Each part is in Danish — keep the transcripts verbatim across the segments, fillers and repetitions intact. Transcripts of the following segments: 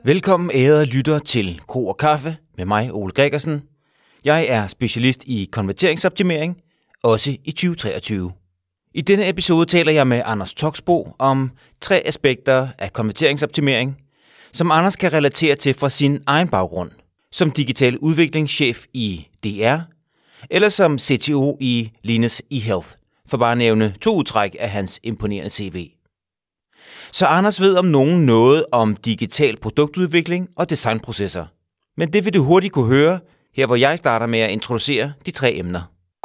Velkommen ærede lytter til Kro og Kaffe med mig, Ole Gregersen. Jeg er specialist i konverteringsoptimering, også i tyve treogtyve. I denne episode taler jeg med Anders Toxboe om tre aspekter af konverteringsoptimering, som Anders kan relatere til fra sin egen baggrund, som digital udviklingschef i D R, eller som C T O i Linus eHealth, for bare at nævne to udtræk af hans imponerende C V. Så Anders ved om nogen noget om digital produktudvikling og designprocesser. Men det vil du hurtigt kunne høre, her hvor jeg starter med at introducere de tre emner.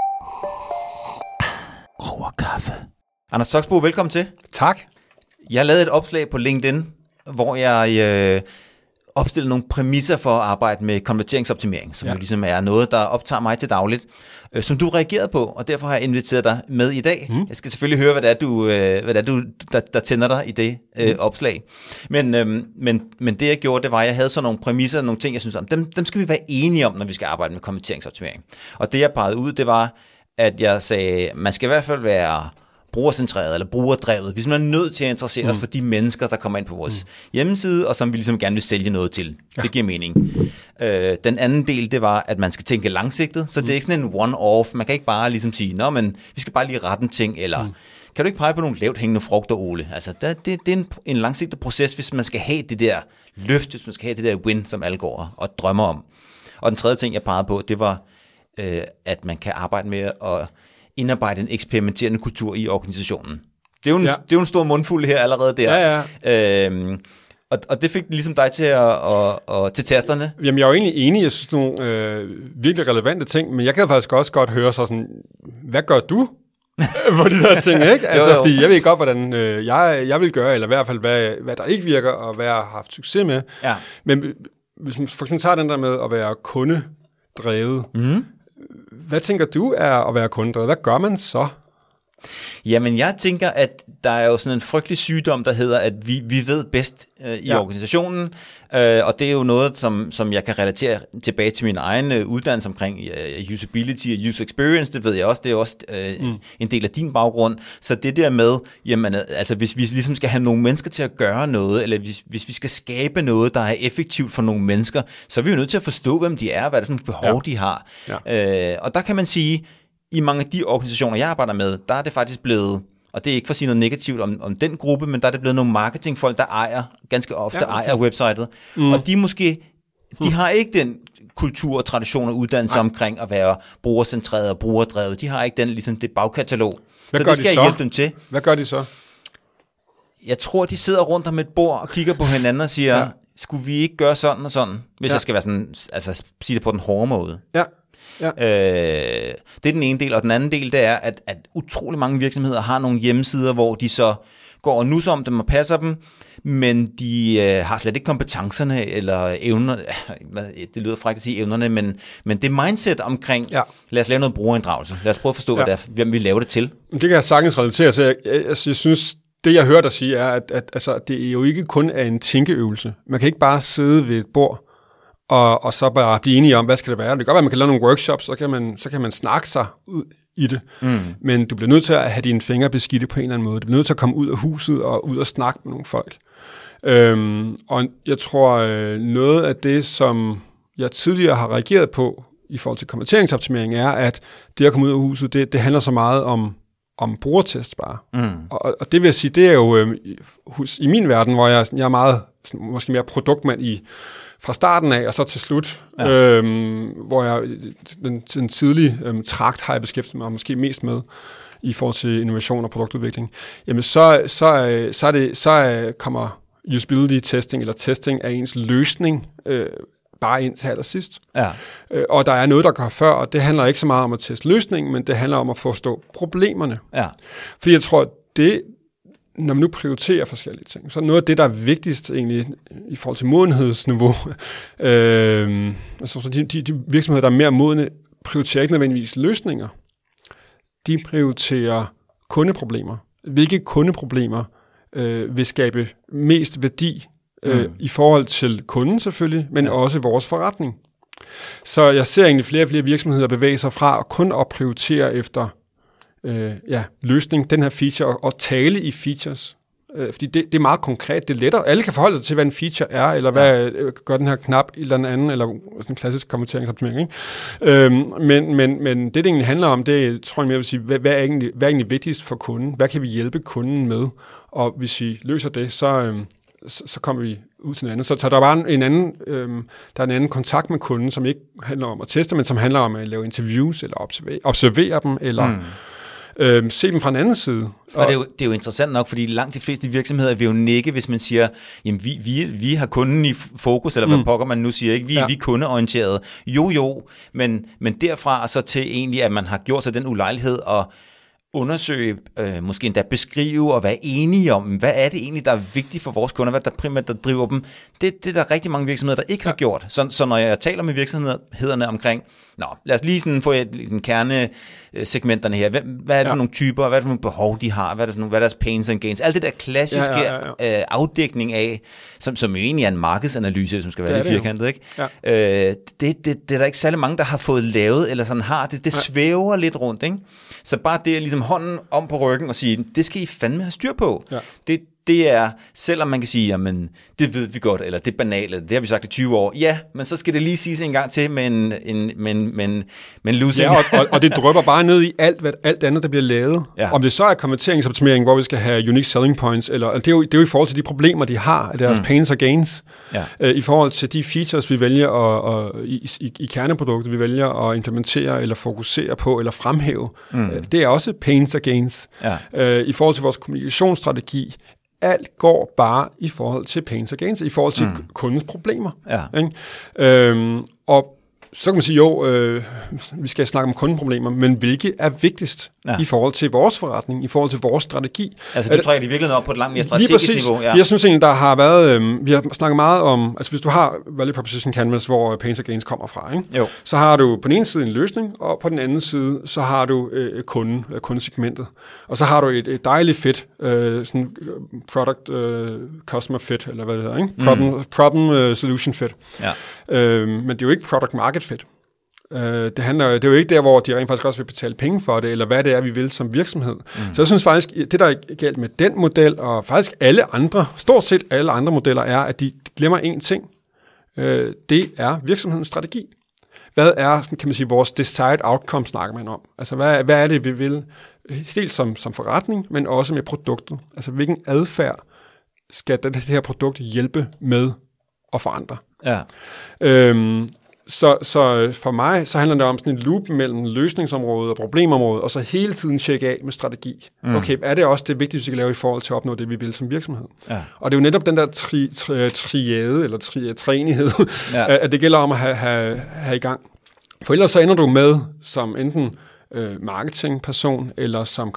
Kro og Kaffe. Anders Toxboe, velkommen til. Tak. Jeg lavede et opslag på LinkedIn, hvor jeg øh, opstillede nogle præmisser for at arbejde med konverteringsoptimering, som ja. jo ligesom er noget, der optager mig til dagligt, øh, som du reagerede på, og derfor har jeg inviteret dig med i dag. Mm. Jeg skal selvfølgelig høre, hvad det er, du, øh, hvad det er, du der, der tænder dig i det øh, mm. opslag. Men, øh, men, men det, jeg gjorde, det var, at jeg havde sådan nogle præmisser, nogle ting, jeg synes om, dem, dem skal vi være enige om, når vi skal arbejde med konverteringsoptimering. Og det, jeg pegede ud, det var, at jeg sagde, man skal i hvert fald være brugercentreret eller brugerdrevet. Vi er simpelthen nødt til at interessere mm. os for de mennesker, der kommer ind på vores mm. hjemmeside, og som vi ligesom gerne vil sælge noget til. Ja. Det giver mening. Øh, den anden del, det var, at man skal tænke langsigtet, så mm. det er ikke sådan en one-off. Man kan ikke bare ligesom sige, nå, men vi skal bare lige rette en ting, eller mm. kan du ikke pege på nogle lavt hængende frugter, Ole? Altså, det, det, det er en, en langsigtet proces, hvis man skal have det der løft, hvis man skal have det der win, som alle går og drømmer om. Og den tredje ting, jeg pegede på, det var, øh, at man kan arbejde med at indarbejde en eksperimenterende kultur i organisationen. Det er jo en, ja. det er jo en stor mundfuld her allerede der. Ja, ja. Øhm, og, og det fik ligesom dig til at, at, at til tasterne. Jamen, jeg er jo egentlig enig. Jeg synes nogle øh, virkelig relevante ting, men jeg kan faktisk også godt høre så sådan, hvad gør du på de der ting, ikke? Altså, jo, jo. Fordi jeg ved godt, hvordan øh, jeg, jeg vil gøre, eller i hvert fald, hvad, hvad der ikke virker, og hvad jeg har haft succes med. Ja. Men hvis man for eksempel tager den der med at være kundedrevet, mm. hvad tænker du er at være kundedrevet? Hvad gør man så? Jamen, jeg tænker, at der er jo sådan en frygtelig sygdom, der hedder, at vi, vi ved bedst øh, i ja. organisationen, øh, og det er jo noget, som, som jeg kan relatere tilbage til min egen øh, uddannelse omkring øh, usability og user experience, det ved jeg også, det er også øh, mm. en del af din baggrund, så det der med, jamen, altså hvis vi ligesom skal have nogle mennesker til at gøre noget, eller hvis, hvis vi skal skabe noget, der er effektivt for nogle mennesker, så er vi jo nødt til at forstå, hvem de er, hvad det er for nogle behov, ja. de har. Ja. Øh, og der kan man sige, i mange af de organisationer, jeg arbejder med, der er det faktisk blevet, og det er ikke for at sige noget negativt om, om den gruppe, men der er det blevet nogle marketingfolk, der ejer, ganske ofte ja, okay. ejer websitet. Mm. Og de måske, de mm. har ikke den kultur og tradition og uddannelse Nej. omkring at være brugercentreret og brugerdrevet. De har ikke den, ligesom det bagkatalog. Hvad så gør det skal de så? jeg hjælpe dem til. Hvad gør de så? Jeg tror, de sidder rundt om et bord og kigger på hinanden og siger, ja. skulle vi ikke gøre sådan og sådan, hvis ja. jeg skal være sådan, altså sige det på den hårde måde. Ja. Ja. Øh, det er den ene del, og den anden del, det er, at, at utrolig mange virksomheder har nogle hjemmesider, hvor de så går og nusser om dem og passer dem, men de øh, har slet ikke kompetencerne eller evner, det lyder frækt at sige evnerne, men, men det mindset omkring, ja. lad os lave noget brugerinddragelse, lad os prøve at forstå, ja. hvad det er, hvem vi laver det til. Det kan jeg sagtens relatere til. Jeg, jeg, jeg synes, det jeg hører dig sige er, at, at altså, det er jo ikke kun er en tænkeøvelse. Man kan ikke bare sidde ved et bord, Og, og så bare blive enige om, hvad skal det være. Det kan godt være, at man kan lave nogle workshops, så kan man, så kan man snakke sig ud i det. Mm. Men du bliver nødt til at have dine fingre beskidte på en eller anden måde. Du bliver nødt til at komme ud af huset og ud og snakke med nogle folk. Øhm, og jeg tror, noget af det, som jeg tidligere har reageret på i forhold til konverteringsoptimering, er, at det at komme ud af huset, det, det handler så meget om, om brugertest bare. Mm. Og, og det vil jeg sige, det er jo øh, hos, i min verden, hvor jeg, jeg er meget, måske mere produktmand i fra starten af, og så til slut, ja. øhm, hvor jeg den, den tidlige øhm, trakt har jeg beskæftiget mig måske mest med i forhold til innovation og produktudvikling. Jamen så, så, så, er det, så kommer usability testing eller testing af ens løsning øh, bare ind til allersidst. Ja. Øh, og der er noget, der går før, og det handler ikke så meget om at teste løsningen, men det handler om at forstå problemerne. Ja. Fordi jeg tror, det når man nu prioriterer forskellige ting, så er noget af det, der er vigtigst egentlig i forhold til modenhedsniveau, øh, altså så de, de, de virksomheder, der er mere modne, prioriterer ikke nødvendigvis løsninger. De prioriterer kundeproblemer. Hvilke kundeproblemer øh, vil skabe mest værdi øh, mm. i forhold til kunden selvfølgelig, men ja. også vores forretning. Så jeg ser egentlig flere og flere virksomheder bevæge sig fra at kun at prioritere efter Øh, ja, løsning, den her feature, og, og tale i features. øh, fordi det, det er meget konkret, det er lettere. Alle kan forholde sig til, hvad en feature er, eller hvad ja. gør den her knap i eller anden, eller sådan en klassisk konverteringsoptimering. Ikke? Øhm, men, men, men det, det egentlig handler om, det tror jeg mere vil sige, hvad, hvad, er egentlig, hvad er egentlig vigtigst for kunden? Hvad kan vi hjælpe kunden med? Og hvis vi løser det, så, øhm, så, så kommer vi ud til noget andet. Så, så der er bare en anden, øhm, der er en anden kontakt med kunden, som ikke handler om at teste, men som handler om at lave interviews, eller observere, observere dem, eller mm. øhm, se dem fra en anden side. Og det er, jo, det er jo interessant nok, fordi langt de fleste virksomheder vil jo nikke, hvis man siger, jamen vi, vi, vi har kunden i fokus, eller hvad mm. pokker man nu siger, ikke? Vi, ja. vi er kundeorienterede. Jo jo, men, men derfra så til egentlig, at man har gjort sig den ulejlighed og undersøge, øh, måske endda beskrive og være enige om, hvad er det egentlig, der er vigtigt for vores kunder, hvad der primært der driver dem. Det, det er der rigtig mange virksomheder, der ikke har gjort. Så, så når jeg taler med virksomhederne omkring, nå, lad os lige sådan få et kernesegmenterne her. Hvad, hvad er det ja. for nogle typer, hvad er det for nogle behov, de har, hvad er, det for nogle, hvad er deres pains and gains, alt det der klassiske ja, ja, ja, ja. Øh, afdækning af, som, som jo egentlig er en markedsanalyse, som skal være lidt firkantet, ikke? Ja. Øh, det, det, det er der ikke særlig mange, der har fået lavet, eller sådan har. Det, det svæver lidt rundt, ikke? Så bare det er ligesom hånden om på ryggen og sige, det skal I fandme have styr på. Ja. Det, det er, selvom man kan sige, jamen, det ved vi godt, eller det er banalt, det har vi sagt i tyve år. Ja, men så skal det lige siges en gang til med en, en, med en, med en, med en losing. Ja, og, og, og det drypper bare ned i alt, hvad, alt andet, der bliver lavet. Ja. Om det så er konverteringsoptimering, hvor vi skal have unique selling points, eller det er jo, det er jo i forhold til de problemer, de har, deres mm. pains og gains, ja. øh, i forhold til de features, vi vælger og, og, i, i, i kerneproduktet, vi vælger at implementere, eller fokusere på, eller fremhæve. Mm. Øh, det er også pains og gains. Ja. Øh, I forhold til vores kommunikationsstrategi, alt går bare i forhold til pains og gains, i forhold til mm. kundens problemer. Ja. Ikke? Øhm, og så kan man sige, jo, øh, vi skal snakke om kundeproblemer, men hvilke er vigtigst ja. i forhold til vores forretning, i forhold til vores strategi? Altså, du trækker de virkelig op på et langt mere strategisk niveau. Ja. Jeg synes egentlig, der har været, øh, vi har snakket meget om, altså hvis du har value proposition canvas, hvor pains og gains kommer fra, ikke? Jo. Så har du på den ene side en løsning, og på den anden side, så har du øh, kunden, øh, kundesegmentet. Og så har du et, et dejligt fit, øh, sådan product øh, customer fit, eller hvad det hedder, ikke? Problem, mm. problem uh, solution fit. Ja. Øh, men det er jo ikke product market fit. Uh, det, handler, det er jo ikke der, hvor de rent faktisk også vil betale penge for det, eller hvad det er, vi vil som virksomhed. Mm. Så jeg synes faktisk, det der er galt med den model, og faktisk alle andre, stort set alle andre modeller, er, at de glemmer én ting. Uh, det er virksomhedens strategi. Hvad er, kan man sige, vores desired outcome, snakker man om? Altså, hvad, hvad er det, vi vil? Helt som, som forretning, men også med produktet. Altså, hvilken adfærd skal det her produkt hjælpe med at forandre? Ja. Øhm, så, så for mig, så handler det om sådan en loop mellem løsningsområdet og problemområdet, og så hele tiden tjekke af med strategi. Mm. Okay, er det også det vigtigste, vi skal lave i forhold til at opnå det, vi vil som virksomhed? Ja. Og det er jo netop den der tri, tri, triade, eller tri, træenighed, ja. at det gælder om at have, have, have i gang. For ellers så ender du med, som enten øh, marketingperson, eller som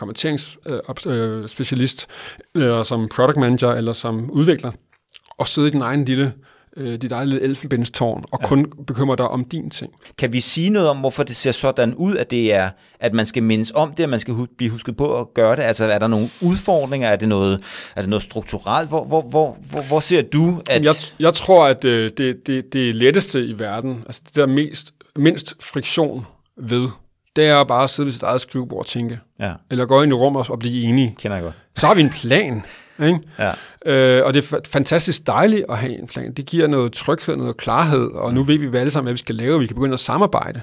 konverteringsspecialist, øh, eller som product manager, eller som udvikler, og sidde i den egen lille øh, dit eget lille elfenbenstårn, og ja. kun bekymre dig om din ting. Kan vi sige noget om, hvorfor det ser sådan ud, at det er, at man skal mindes om det, at man skal blive husket på at gøre det? Altså, er der nogle udfordringer? Er det noget, er det noget strukturelt? Hvor, hvor, hvor, hvor, hvor ser du, at... Jeg, jeg tror, at øh, det, det, det letteste i verden, altså det der mest, mindst friktion ved, det er bare at sidde ved sit eget skrivebord og tænke. Ja. Eller gå ind i rum og, og blive enige. Kender jeg godt. Så har vi en plan. Ikke? Ja. Øh, og det er fantastisk dejligt at have en plan. Det giver noget tryghed, noget klarhed, og mm. nu ved vi hvad alle sammen, hvad vi skal lave, og vi kan begynde at samarbejde.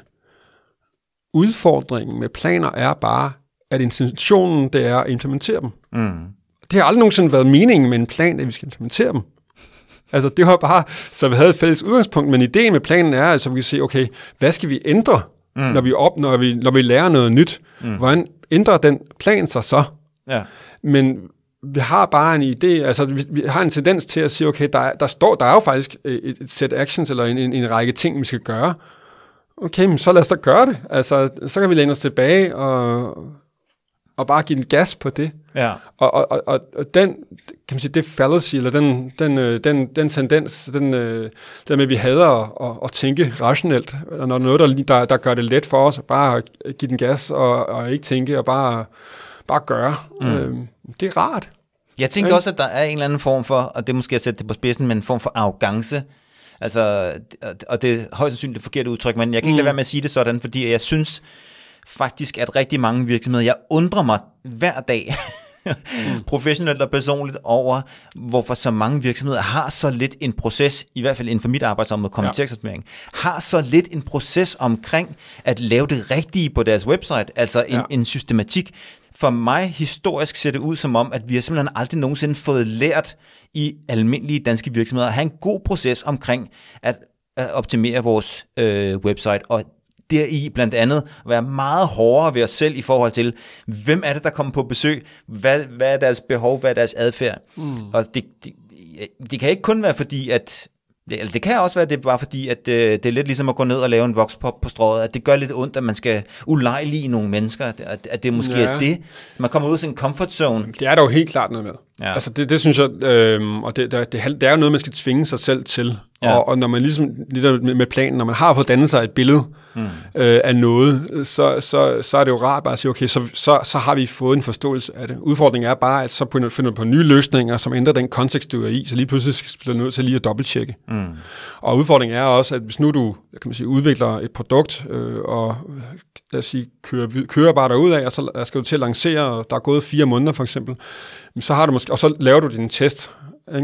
Udfordringen med planer er bare, at intentionen det er at implementere dem. Mm. Det har aldrig nogensinde været meningen med en plan, at vi skal implementere dem. Altså det var bare, så vi havde et fælles udgangspunkt, men ideen med planen er, altså vi kan se, okay, hvad skal vi ændre, mm. når vi op, når vi, når vi lærer noget nyt? Mm. Hvordan ændrer den plan sig så? Ja. Men vi har bare en idé, altså vi, vi har en tendens til at sige, okay, der, der står, der er jo faktisk et, et set actions, eller en, en, en række ting, vi skal gøre. Okay, men så lad os da gøre det. Altså, så kan vi læne os tilbage og, og bare give den gas på det. Ja. Og, og, og, og den, kan man sige, det fallacy, eller den, den, den, den tendens, den, der med, at vi hader at, at tænke rationelt, og når noget, der, der, der gør det let for os, bare give den gas og, og ikke tænke, og bare, bare gøre. Mm. Øhm, det er rart. Jeg tænker ja. også, at der er en eller anden form for, og det er måske at sætte det på spidsen, men en form for arrogance. Altså, og det er højst sandsynligt det forkerte udtryk, men jeg kan ikke mm. lade være med at sige det sådan, fordi jeg synes faktisk, at rigtig mange virksomheder, jeg undrer mig hver dag, professionelt og personligt over, hvorfor så mange virksomheder har så lidt en proces, i hvert fald inden for mit arbejdsområde, konverteringsoptimering, ja. har så lidt en proces omkring at lave det rigtige på deres website, altså en, ja. en systematik. For mig historisk ser det ud som om, at vi har simpelthen aldrig nogensinde fået lært i almindelige danske virksomheder at have en god proces omkring at, at optimere vores øh, website, og deri blandt andet være meget hårdere ved os selv i forhold til, hvem er det, der kommer på besøg, hvad, hvad er deres behov, hvad er deres adfærd. Mm. Og det, det, det kan ikke kun være fordi, at det, det kan også være, at det er bare fordi, at øh, det er lidt ligesom at gå ned og lave en vokspop på strået, at det gør lidt ondt, at man skal ulejlige nogle mennesker, at, at det måske ja. er det. Man kommer ud af sin comfort zone. Det er der jo helt klart noget med. Ja. Altså det, det synes jeg, øh, og det, det, det, det er jo noget, man skal tvinge sig selv til. Ja. Og, og når man ligesom, lidt med planen, når man har fået dannet sig et billede mm. øh, af noget, så, så, så er det jo rart bare at sige, okay, så, så, så har vi fået en forståelse af det. Udfordringen er bare, at så finder du på nye løsninger, som ændrer den kontekst, du er i, så lige pludselig skal du nødt til lige at dobbelttjekke. Mm. Og udfordringen er også, at hvis nu du kan man sige, udvikler et produkt, øh, og lad os sige, kører, kører bare derud af, og så skal du til at lancere, og der er gået fire måneder for eksempel, så har du måske, og så laver du din test,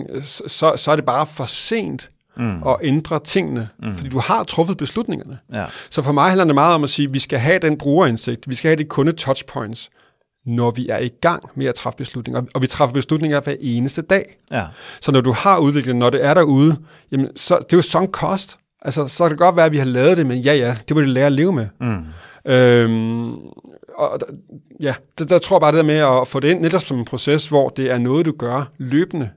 så, så er det bare for sent mm. at ændre tingene, mm. fordi du har truffet beslutningerne. Ja. Så for mig handler det meget om at sige, at vi skal have den brugerindsigt, vi skal have de kunde-touchpoints, når vi er i gang med at træffe beslutninger. Og vi træffer beslutninger hver eneste dag. Ja. Så når du har udviklet, når det er derude, jamen, så det er jo sunk cost. Altså, så kan det godt være, at vi har lavet det, men ja, ja, det må de lære at leve med. Mm. Øhm, og ja, der, der tror jeg bare det der med at få det ind netop som en proces, hvor det er noget, du gør løbende,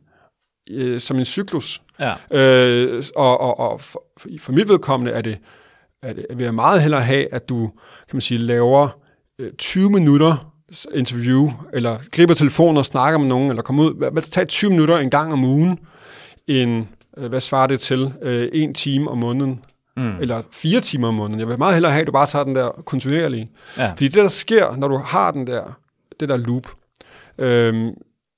øh, som en cyklus. Ja. Øh, og og, og for, for mit vedkommende er det, er det, vil jeg meget hellere have, at du kan man sige, laver øh, tyve minutter interview, eller griber telefonen og snakker med nogen, eller kommer ud, hvad tager tyve minutter en gang om ugen, en, hvad svarer det til, øh, en time om måneden, mm. eller fire timer om måneden. Jeg vil meget hellere have, at du bare tager den der kontinuerlige. Ja. Fordi det, der sker, når du har den der, det der loop, øh,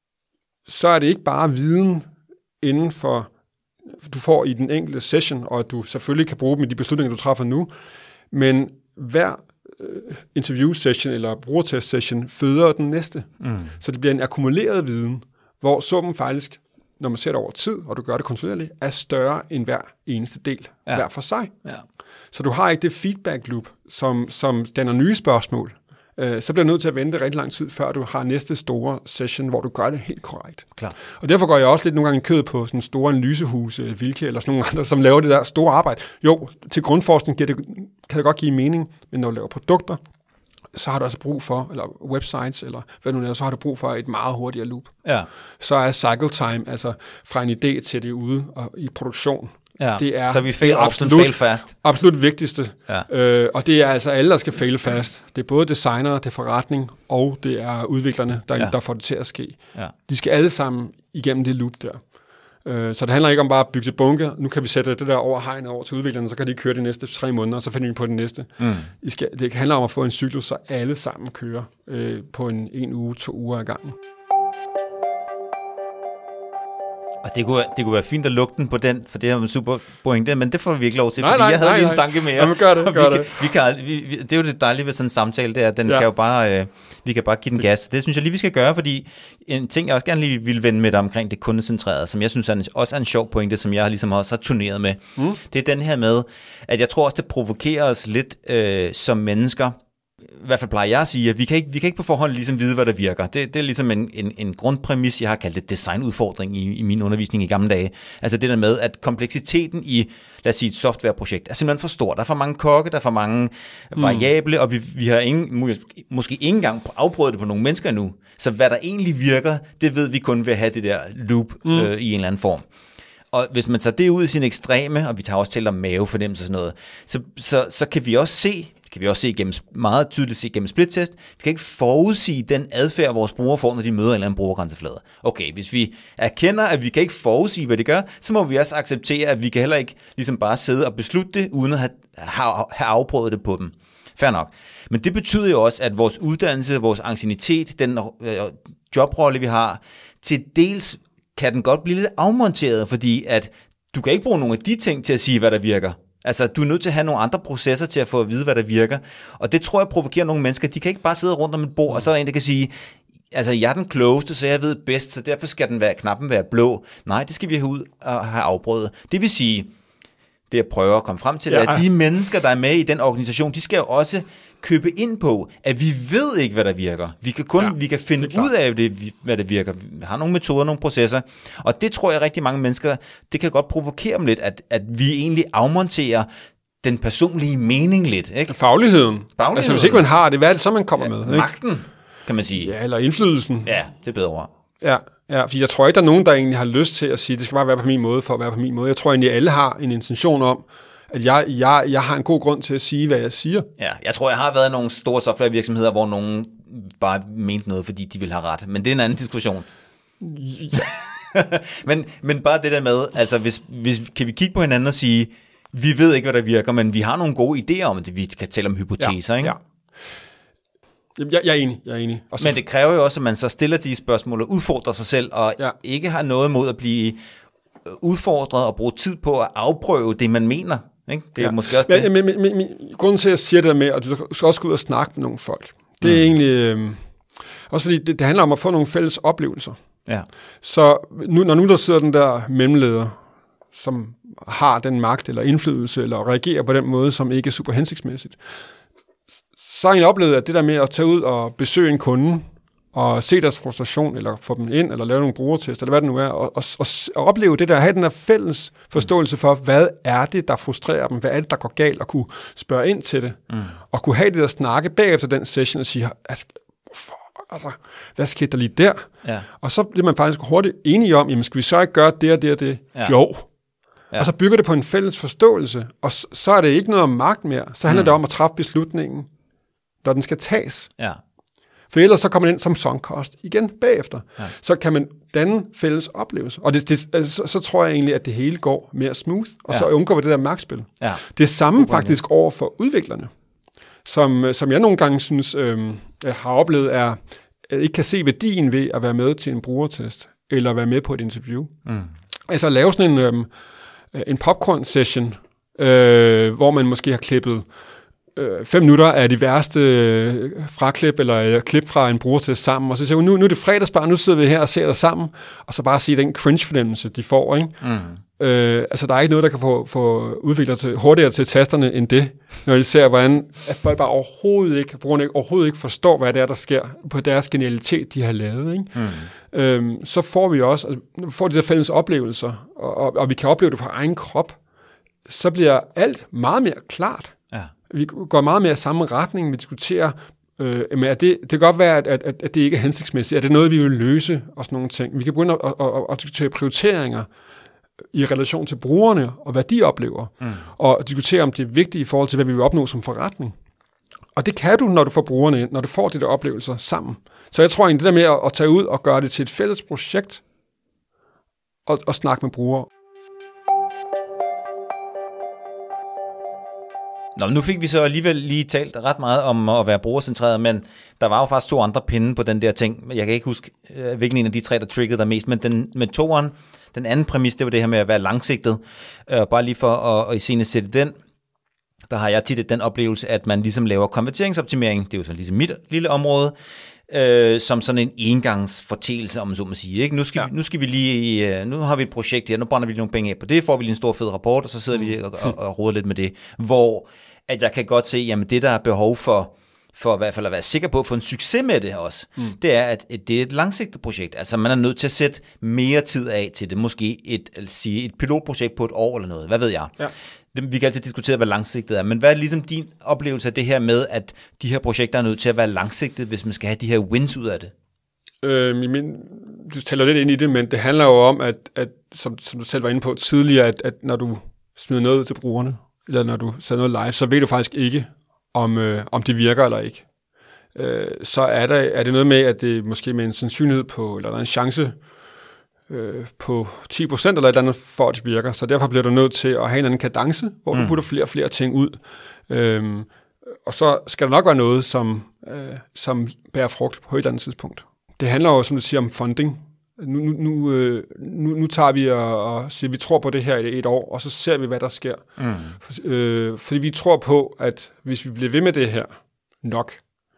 så er det ikke bare viden inden for, du får i den enkelte session, og at du selvfølgelig kan bruge dem i de beslutninger, du træffer nu, men hver interview session eller brugertest session føder den næste. Mm. Så det bliver en akkumuleret viden, hvor summen faktisk, når man ser det over tid, og du gør det kontinuerligt, er større end hver eneste del, ja. hver for sig. Ja. Så du har ikke det feedback loop, som, som danner nye spørgsmål. Øh, så bliver du nødt til at vente rigtig lang tid, før du har næste store session, hvor du gør det helt korrekt. Klar. Og derfor går jeg også lidt nogle gange i kød på sådan store analysehuse, Vilke eller sådan nogle andre, som laver det der store arbejde. Jo, til grundforskning det, kan det godt give mening, men når du laver produkter, så har du altså brug for, eller websites, eller hvad du laver, så har du brug for et meget hurtigere loop. Ja. Så er cycle time, altså fra en idé til det ude og i produktion, ja. det er, så vi fail absolut, fail fast. absolut vigtigste. Ja. Øh, og det er altså alle, der skal fail fast. Det er både designere, det er forretning, og det er udviklerne, der, ja. der får det til at ske. Ja. De skal alle sammen igennem det loop der. Øh, så det handler ikke om bare at bygge et bunke. Nu kan vi sætte det der over hegnet over til udviklerne, så kan de køre de næste tre måneder, og så finder vi på det næste. Mm. I skal, det handler om at få en cyklus, så alle sammen kører øh, på en, en uge, to uger ad gangen. Og det kunne, det kunne være fint at lukke den på den, for det er en super pointe, men det får vi ikke lov til, nej, fordi nej, jeg havde nej, lige nej. en tanke mere. Jamen, gør det, gør vi det. Kan, vi kan, vi, vi, det er jo det dejlige ved sådan en samtale, det er, at den ja. kan jo bare, øh, vi kan bare give den det. gas. Det synes jeg lige, vi skal gøre, fordi en ting, jeg også gerne lige vil vende med dig omkring det kundecentrerede, som jeg synes er en, også er en sjov pointe, som jeg ligesom også har turneret med. Mm. Det er den her med, at jeg tror også, det provokerer os lidt øh, som mennesker. I hvert fald plejer jeg at sige, at vi kan ikke, vi kan ikke på forhånd ligesom vide, hvad der virker. Det, det er ligesom en, en, en grundpræmis, jeg har kaldt det designudfordring i, i min undervisning i gamle dage. Altså det der med, at kompleksiteten i, lad os sige, et softwareprojekt er simpelthen for stor. Der er for mange kokke, der er for mange mm. variable, og vi, vi har ingen, måske, måske ikke engang afprøvet det på nogle mennesker endnu. Så hvad der egentlig virker, det ved vi kun ved at have det der loop mm. øh, i en eller anden form. Og hvis man tager det ud i sin ekstreme, og vi tager også til om mavefornemmelse og sådan noget, så, så, så kan vi også se, kan vi også se gennem, meget tydeligt se gennem splittest, vi kan ikke forudsige den adfærd, vores brugere får, når de møder en eller anden brugergrænseflade. Okay, hvis vi erkender, at vi kan ikke forudsige, hvad det gør, så må vi også acceptere, at vi kan heller ikke ligesom bare sidde og beslutte det, uden at have, have, have afprøvet det på dem. Fair nok. Men det betyder jo også, at vores uddannelse, vores anciennitet, den øh, jobrolle, vi har, til dels kan den godt blive lidt afmonteret, fordi at du kan ikke bruge nogle af de ting til at sige, hvad der virker. Altså, du er nødt til at have nogle andre processer til at få at vide, hvad der virker. Og det tror jeg provokerer nogle mennesker. De kan ikke bare sidde rundt om et bord, og så er der en, der kan sige, altså jeg er den klogeste, så jeg ved bedst, så derfor skal den være, knappen være blå. Nej, det skal vi have ud og have afprøvet. Det vil sige, det jeg prøver at komme frem til, ja. At de mennesker, der er med i den organisation, de skal jo også købe ind på, at vi ved ikke, hvad der virker. Vi kan kun ja, vi kan finde ud af, det, hvad der virker. Vi har nogle metoder, nogle processer, og det tror jeg rigtig mange mennesker, det kan godt provokere dem lidt, at, at vi egentlig afmonterer den personlige mening lidt. Ikke? Fagligheden. Fagligheden. Altså hvis ikke man har det, hvad er det så, man kommer ja, med? Ikke? Magten, kan man sige. Ja, eller indflydelsen. Ja, det er bedre ord. Ja, ja, fordi jeg tror ikke, der er nogen, der egentlig har lyst til at sige, at det skal bare være på min måde, for at være på min måde. Jeg tror egentlig, at alle har en intention om, at jeg, jeg, jeg har en god grund til at sige, hvad jeg siger. Ja, jeg tror, jeg har været i nogle store softwarevirksomheder, hvor nogen bare mente noget, fordi de ville have ret. Men det er en anden diskussion. men, men bare det der med, altså hvis, hvis, kan vi kigge på hinanden og sige, vi ved ikke, hvad der virker, men vi har nogle gode idéer om det. Vi kan tale om hypoteser, ja, ikke? Ja. Jeg, jeg er enig, jeg er enig. Så... Men det kræver jo også, at man så stiller de spørgsmål og udfordrer sig selv, og ja. Ikke har noget mod at blive udfordret og bruge tid på at afprøve det, man mener. Ikke? Det er ja. Måske også men, det. Men, men, men, men, grunden til, at jeg siger det med, at du skal også gå ud og snakke med nogle folk, det er mm. egentlig... Øh, også fordi det, det handler om at få nogle fælles oplevelser. Ja. Så nu, når nu der sidder den der mellemleder, som har den magt eller indflydelse, eller reagerer på den måde, som ikke er super hensigtsmæssigt, så har jeg oplevet, at det der med at tage ud og besøge en kunde, og se deres frustration, eller få dem ind, eller lave nogle brugertester, eller hvad det nu er, og, og, og, og opleve det der, have den der fælles forståelse for, hvad er det, der frustrerer dem, hvad er det, der går galt, og kunne spørge ind til det, mm. og kunne have det der snakke bagefter den session, og sige, altså, altså hvad skete der lige der? Ja. Og så bliver man faktisk hurtigt enige om, jamen skal vi så ikke gøre det og det og det? Ja. Jo. Ja. Og så bygger det på en fælles forståelse, og så, så er det ikke noget om magt mere, så handler mm. det om at træffe beslutningen, når den skal tages. Ja. For ellers så kommer man ind som songcast igen bagefter. Ja. Så kan man danne fælles oplevelser. Og det, det, altså, så, så tror jeg egentlig, at det hele går mere smooth, og ja. Så undgår vi det der magtspil. Ja. Det er samme faktisk over for udviklerne, som, som jeg nogle gange synes øh, har oplevet, er at ikke kan se værdien ved at være med til en brugertest, eller være med på et interview. Mm. Altså at lave sådan en, øh, en popcorn-session, øh, hvor man måske har klippet Øh, fem minutter af de værste øh, fraklip, eller øh, klip fra en brugertest sammen, og så siger vi, nu, nu er det fredagsbar, nu sidder vi her og ser det sammen, og så bare sige den cringe-fornemmelse, de får, ikke? Mm. Øh, altså, der er ikke noget, der kan få, få udviklere til, hurtigere til tasterne end det, når de ser, hvordan at folk bare overhovedet ikke, brugerne ikke, overhovedet ikke forstår, hvad det er, der sker på deres genialitet, de har lavet, ikke? Mm. Øh, så får vi også, altså, får de der fælles oplevelser, og, og, og vi kan opleve det på egen krop, så bliver alt meget mere klart. Ja. Vi går meget mere i samme retning, vi diskuterer, øh, men er det, det kan godt være, at, at, at det ikke er hensigtsmæssigt. Er det noget, vi vil løse, og sådan nogle ting. Vi kan begynde at, at, at, at diskutere prioriteringer i relation til brugerne, og hvad de oplever, mm. og diskutere, om det er vigtigt i forhold til, hvad vi vil opnå som forretning. Og det kan du, når du får brugerne ind, når du får de der oplevelser sammen. Så jeg tror egentlig, det der med at, at tage ud og gøre det til et fælles projekt, og, og snakke med brugere. Nå, nu fik vi så alligevel lige talt ret meget om at være brugercentreret, men der var jo faktisk to andre pinde på den der ting. Jeg kan ikke huske, hvilken en af de tre, der triggede dig mest, men den, med toeren, den anden præmis, det var det her med at være langsigtet. Uh, bare lige for at, at iscenesætte den, der har jeg tit den oplevelse, at man ligesom laver konverteringsoptimering, det er jo så ligesom mit lille område, øh, som sådan en engangsfortælelse, om man så må sige. Ikke? Nu, skal ja. vi, nu skal vi lige, nu har vi et projekt her, nu brænder vi lige nogle penge af på det, får vi lige en stor fed rapport, og så sidder mm. vi og, og, og roder lidt med det, hvor at jeg kan godt se, jamen det der er behov for, for i hvert fald at være sikker på at få en succes med det også, mm. det er, at det er et langsigtet projekt. Altså man er nødt til at sætte mere tid af til det. Måske et, sige, et pilotprojekt på et år eller noget. Hvad ved jeg? Ja. Vi kan altid diskutere, hvad langsigtet er. Men hvad er ligesom din oplevelse af det her med, at de her projekter er nødt til at være langsigtet, hvis man skal have de her wins ud af det? Øh, min, du taler lidt ind i det, men det handler jo om, at, at som, som du selv var inde på tidligere, at, at når du smider noget ud til brugerne, eller når du sætter noget live, så ved du faktisk ikke, om, øh, om det virker eller ikke. Øh, så er, der, er det noget med, at det måske med en sandsynlighed på, eller der er en chance øh, på ti procent eller et eller andet, for at det virker. Så derfor bliver du nødt til at have en anden kadence, hvor mm. du putter flere og flere ting ud. Øh, og så skal der nok være noget, som, øh, som bærer frugt på et eller andet tidspunkt. Det handler jo, som du siger, om funding. Nu, nu, nu, nu tager vi og, og siger, at vi tror på det her i et år, og så ser vi, hvad der sker. Mm. For, øh, fordi vi tror på, at hvis vi bliver ved med det her nok,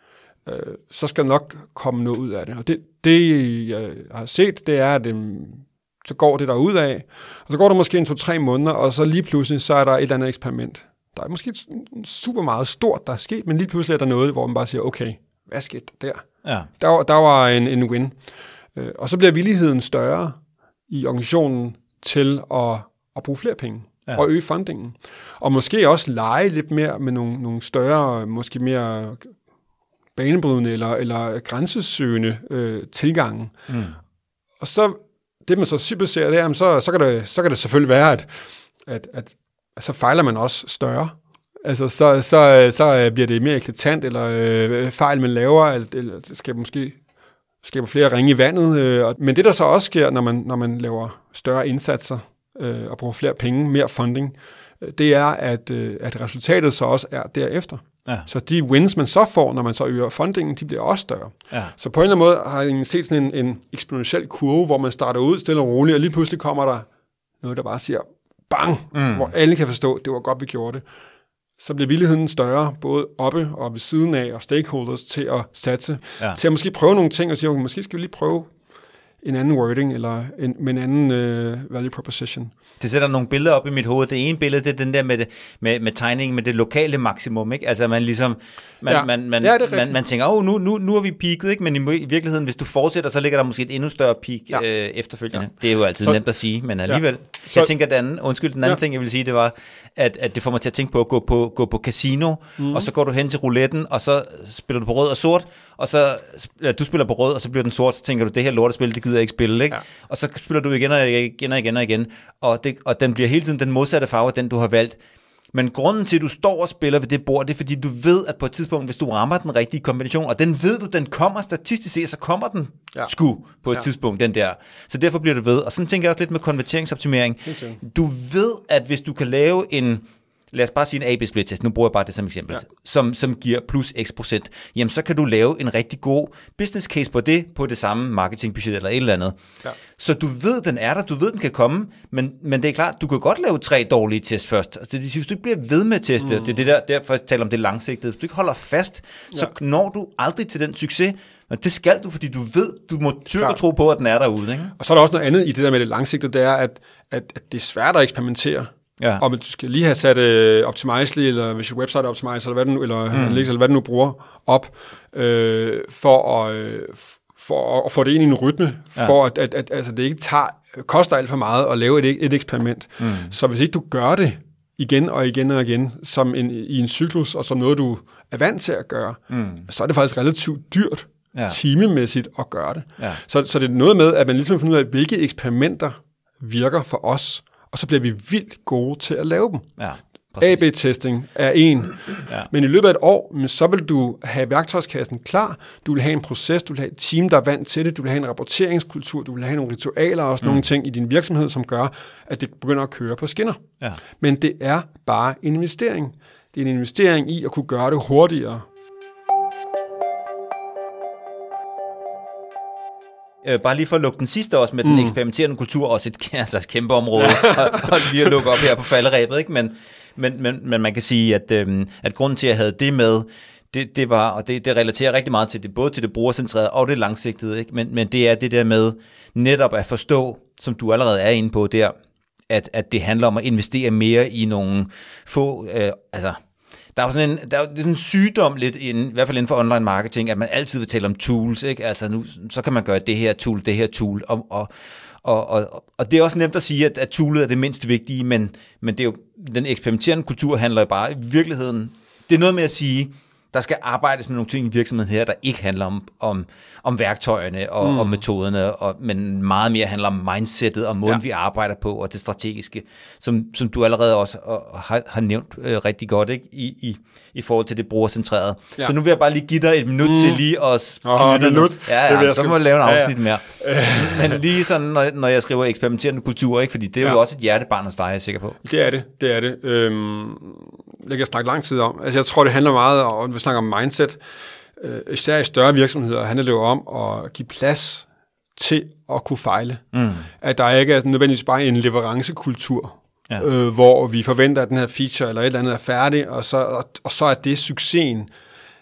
øh, så skal der nok komme noget ud af det. Og det, det jeg har set, det er, at det, så går det der ud af, og så går der måske en to-tre måneder, og så lige pludselig, så er der et eller andet eksperiment. Der er måske super meget stort, der er sket, men lige pludselig er der noget, hvor man bare siger, okay, hvad skete der der? Ja. Der, der var en, en win. Øh, og så bliver villigheden større i organisationen til at, at bruge flere penge. Ja. Og øge fundingen. Og måske også lege lidt mere med nogle, nogle større, måske mere banebrydende eller, eller grænsesøgende øh, tilgange. Mm. Og så, det man så simpelthen ser, det er, så, så, kan det, så kan det selvfølgelig være, at, at, at, at så fejler man også større. Altså, så, så, så bliver det mere eklatant, eller øh, fejl, man laver, eller, eller det skaber måske skaber flere ringe i vandet. Øh, men det, der så også sker, når man, når man laver større indsatser, øh, og bruger flere penge, mere funding, øh, det er, at, øh, at resultatet så også er derefter. Ja. Så de wins, man så får, når man så øger fundingen, de bliver også større. Ja. Så på en eller anden måde har jeg set sådan en, en eksponentiel kurve, hvor man starter ud stille og roligt, og lige pludselig kommer der noget, der bare siger, bang, mm. hvor alle kan forstå, det var godt, vi gjorde det. Så bliver villigheden større, både oppe og ved siden af, og stakeholders til at satse, ja. til at måske prøve nogle ting, og sige, okay, måske skal vi lige prøve en anden wording, eller en, med en anden øh, value proposition. Det sætter nogle billeder op i mit hoved. Det ene billede, det er den der med, det, med, med tegningen med det lokale maksimum, ikke? Altså man ligesom, man, ja. man, man, ja, man, man tænker, åh, oh, nu, nu, nu er vi peaked, ikke? Men i virkeligheden, hvis du fortsætter, så ligger der måske et endnu større peak ja. øh, efterfølgende. Ja. Det er jo altid så, nemt at sige, men alligevel. Ja. Så, jeg tænker, den anden, undskyld, den anden ja. ting, jeg vil sige, det var, at, at det får mig til at tænke på at gå på, gå på casino, mm. og så går du hen til rouletten, og så spiller du på rød og sort, og så, ja, du spiller på rød, og så bliver den sort, så tænker du, det her lortespil, det gider jeg ikke spille, ikke? Ja. Og så spiller du igen og igen og igen og igen, og, det, og den bliver hele tiden den modsatte farve, den du har valgt. Men grunden til, at du står og spiller ved det bord, det er, fordi du ved, at på et tidspunkt, hvis du rammer den rigtige kombination, og den ved du, den kommer statistisk set, så kommer den ja. sgu på et ja. tidspunkt, den der. Så derfor bliver du ved. Og sådan tænker jeg også lidt med konverteringsoptimering. Du ved, at hvis du kan lave en, lad os bare sige en A B split-test, nu bruger jeg bare det som eksempel, ja. som, som giver plus x procent, jamen så kan du lave en rigtig god business case på det, på det samme marketingbudget eller et eller andet. Ja. Så du ved, den er der, du ved, den kan komme, men, men det er klart, du kan godt lave tre dårlige tests først. Altså, det, hvis du ikke bliver ved med at teste, mm. det er det der, derfor jeg taler om det langsigtede, hvis du ikke holder fast, så ja. når du aldrig til den succes, men det skal du, fordi du ved, du må tyrke tro på, at den er derude. Ikke? Og så er der også noget andet i det der med det langsigtede, det er, at, at, at det er svært at eksperimentere. Ja. Og du skal lige have sat uh, Optimizely, eller hvis your website er Optimizely, eller hvad den, eller, mm. Analytics, eller hvad den nu bruger, op, øh, for, at, øh, for at få det ind i en rytme, ja. for at, at, at altså, det ikke tager, koster alt for meget at lave et, et eksperiment. Mm. Så hvis ikke du gør det igen og igen og igen, som en, i en cyklus, og som noget, du er vant til at gøre, mm. så er det faktisk relativt dyrt, ja. timemæssigt at gøre det. Ja. Så, så det er noget med, at man ligesom finder ud af, hvilke eksperimenter virker for os, og så bliver vi vildt gode til at lave dem. Ja, A B-testing er en, ja. men i løbet af et år, så vil du have værktøjskassen klar, du vil have en proces, du vil have et team, der er vant til det, du vil have en rapporteringskultur, du vil have nogle ritualer og sådan mm. nogle ting i din virksomhed, som gør, at det begynder at køre på skinner. Ja. Men det er bare en investering. Det er en investering i at kunne gøre det hurtigere. Bare lige for at lukke den sidste også med mm. den eksperimenterende kultur, også et, altså et kæmpe område, og, og lige at lukke op her på falderæbet, ikke? Men, men, men, men man kan sige, at, øhm, at grunden til, at jeg havde det med, det, det var, og det, det relaterer rigtig meget til det, både til det brugercentrerede og det langsigtede, ikke? Men, men det er det der med netop at forstå, som du allerede er inde på der, at, at det handler om at investere mere i nogle få, øh, altså der er jo sådan en, der er sådan en sygdom lidt, inden, i hvert fald inden for online marketing, at man altid vil tale om tools, ikke? Altså nu, så kan man gøre det her tool, det her tool, og, og, og, og, og det er også nemt at sige, at, at toolet er det mindst vigtige, men, men det er jo, den eksperimenterende kultur handler jo bare i virkeligheden, det er noget med at sige, der skal arbejdes med nogle ting i virksomheden her, der ikke handler om, om, om værktøjerne og, mm. og metoderne, og, men meget mere handler om mindsetet og måden, ja. vi arbejder på, og det strategiske, som, som du allerede også har, har nævnt øh, rigtig godt, ikke? I, i, i forhold til det brugercentrerede. Ja. Så nu vil jeg bare lige give dig et minut mm. til lige at oh, knytte minut. Ja, ja, så må jeg lave en afsnit ja, ja. mere. Men lige sådan, når, når jeg skriver eksperimenterende kultur, ikke? Fordi det er ja. jo også et hjertebarn hos dig, jeg er sikker på. Det er det, det er det. Øhm, det kan jeg snakke lang tid om. Altså jeg tror, det handler meget om, vi snakker om mindset, øh, især i større virksomheder, handler det jo om at give plads til at kunne fejle. Mm. At der ikke er nødvendigvis bare en leverancekultur, ja. øh, hvor vi forventer, at den her feature eller et eller andet er færdig, og så, og, og så er det succesen.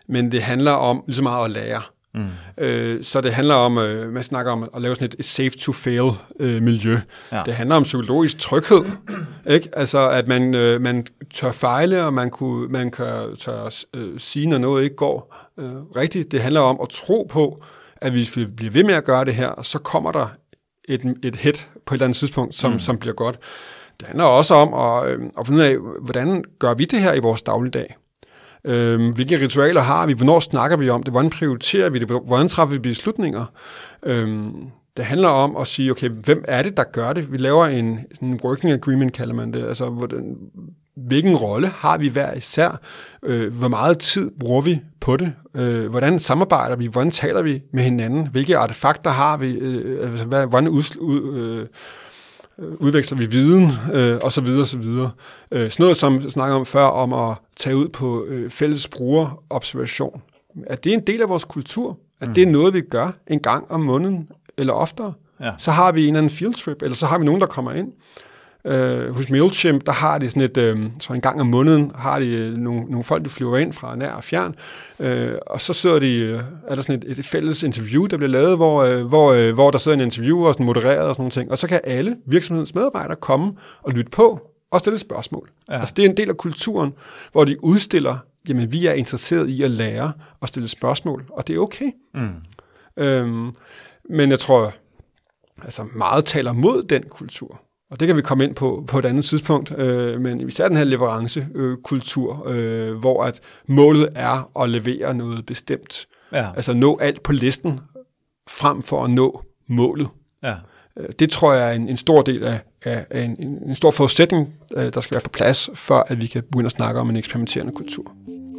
men det handler om lige så meget at lære. Mm. Øh, så det handler om, øh, man snakker om at lave sådan et, et safe-to-fail-miljø. Øh, ja. Det handler om psykologisk tryghed, ikke? Altså, at man, øh, man tør fejle, og man, kunne, man kan tør øh, sige, når noget ikke går øh, rigtigt. Det handler om at tro på, at hvis vi bliver ved med at gøre det her, så kommer der et, et hit på et eller andet tidspunkt, som, mm. som bliver godt. Det handler også om at, øh, at finde ud af, hvordan gør vi det her i vores dagligdag? Øh, hvilke ritualer har vi? Hvornår snakker vi om det? Hvordan prioriterer vi det? Hvordan træffer vi beslutninger? Øh, det handler om at sige, okay, hvem er det, der gør det? Vi laver en, en working agreement, kalder man det. Altså, hvordan, hvilken rolle har vi hver især? Øh, hvor meget tid bruger vi på det? Øh, hvordan samarbejder vi? Hvordan taler vi med hinanden? Hvilke artefakter har vi? Øh, altså, hvad, hvordan ud, ud, øh, udveksler vi viden, øh, og så videre, og så videre. Øh, sådan noget, som jeg snakkede om før, om at tage ud på øh, fælles brugerobservation. Er det en del af vores kultur? At mm. det er noget, vi gør en gang om måneden, eller oftere? Ja. Så har vi en eller anden field trip, eller så har vi nogen, der kommer ind. Øh, hos Mailchimp, der har de sådan et, øh, så en gang om måneden, har de øh, nogle, nogle folk, der flyver ind fra nær og fjern, øh, og så sidder de, øh, er der sådan et, et fælles interview, der bliver lavet, hvor, øh, hvor, øh, hvor der sidder en interviewer og sådan modereret og sådan nogle ting, og så kan alle virksomhedens medarbejdere komme og lytte på og stille spørgsmål. Ja. Altså det er en del af kulturen, hvor de udstiller, jamen vi er interesseret i at lære og stille spørgsmål, og det er okay. Mm. Øhm, men jeg tror, altså meget taler mod den kultur. Og det kan vi komme ind på på et andet tidspunkt, øh, men især den her leverancekultur, øh, øh, hvor at målet er at levere noget bestemt. Ja. Altså nå alt på listen, frem for at nå målet. Ja. Det tror jeg er en, en stor del af, af, af en, en stor forudsætning, øh, der skal være på plads, for at vi kan begynde at snakke om en eksperimenterende kultur.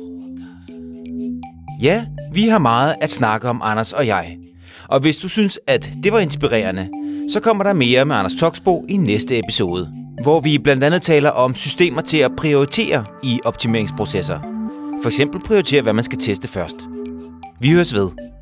Ja, vi har meget at snakke om, Anders og jeg. Og hvis du synes, at det var inspirerende, så kommer der mere med Anders Toxboe i næste episode, hvor vi blandt andet taler om systemer til at prioritere i optimeringsprocesser. For eksempel prioritere, hvad man skal teste først. Vi høres ved.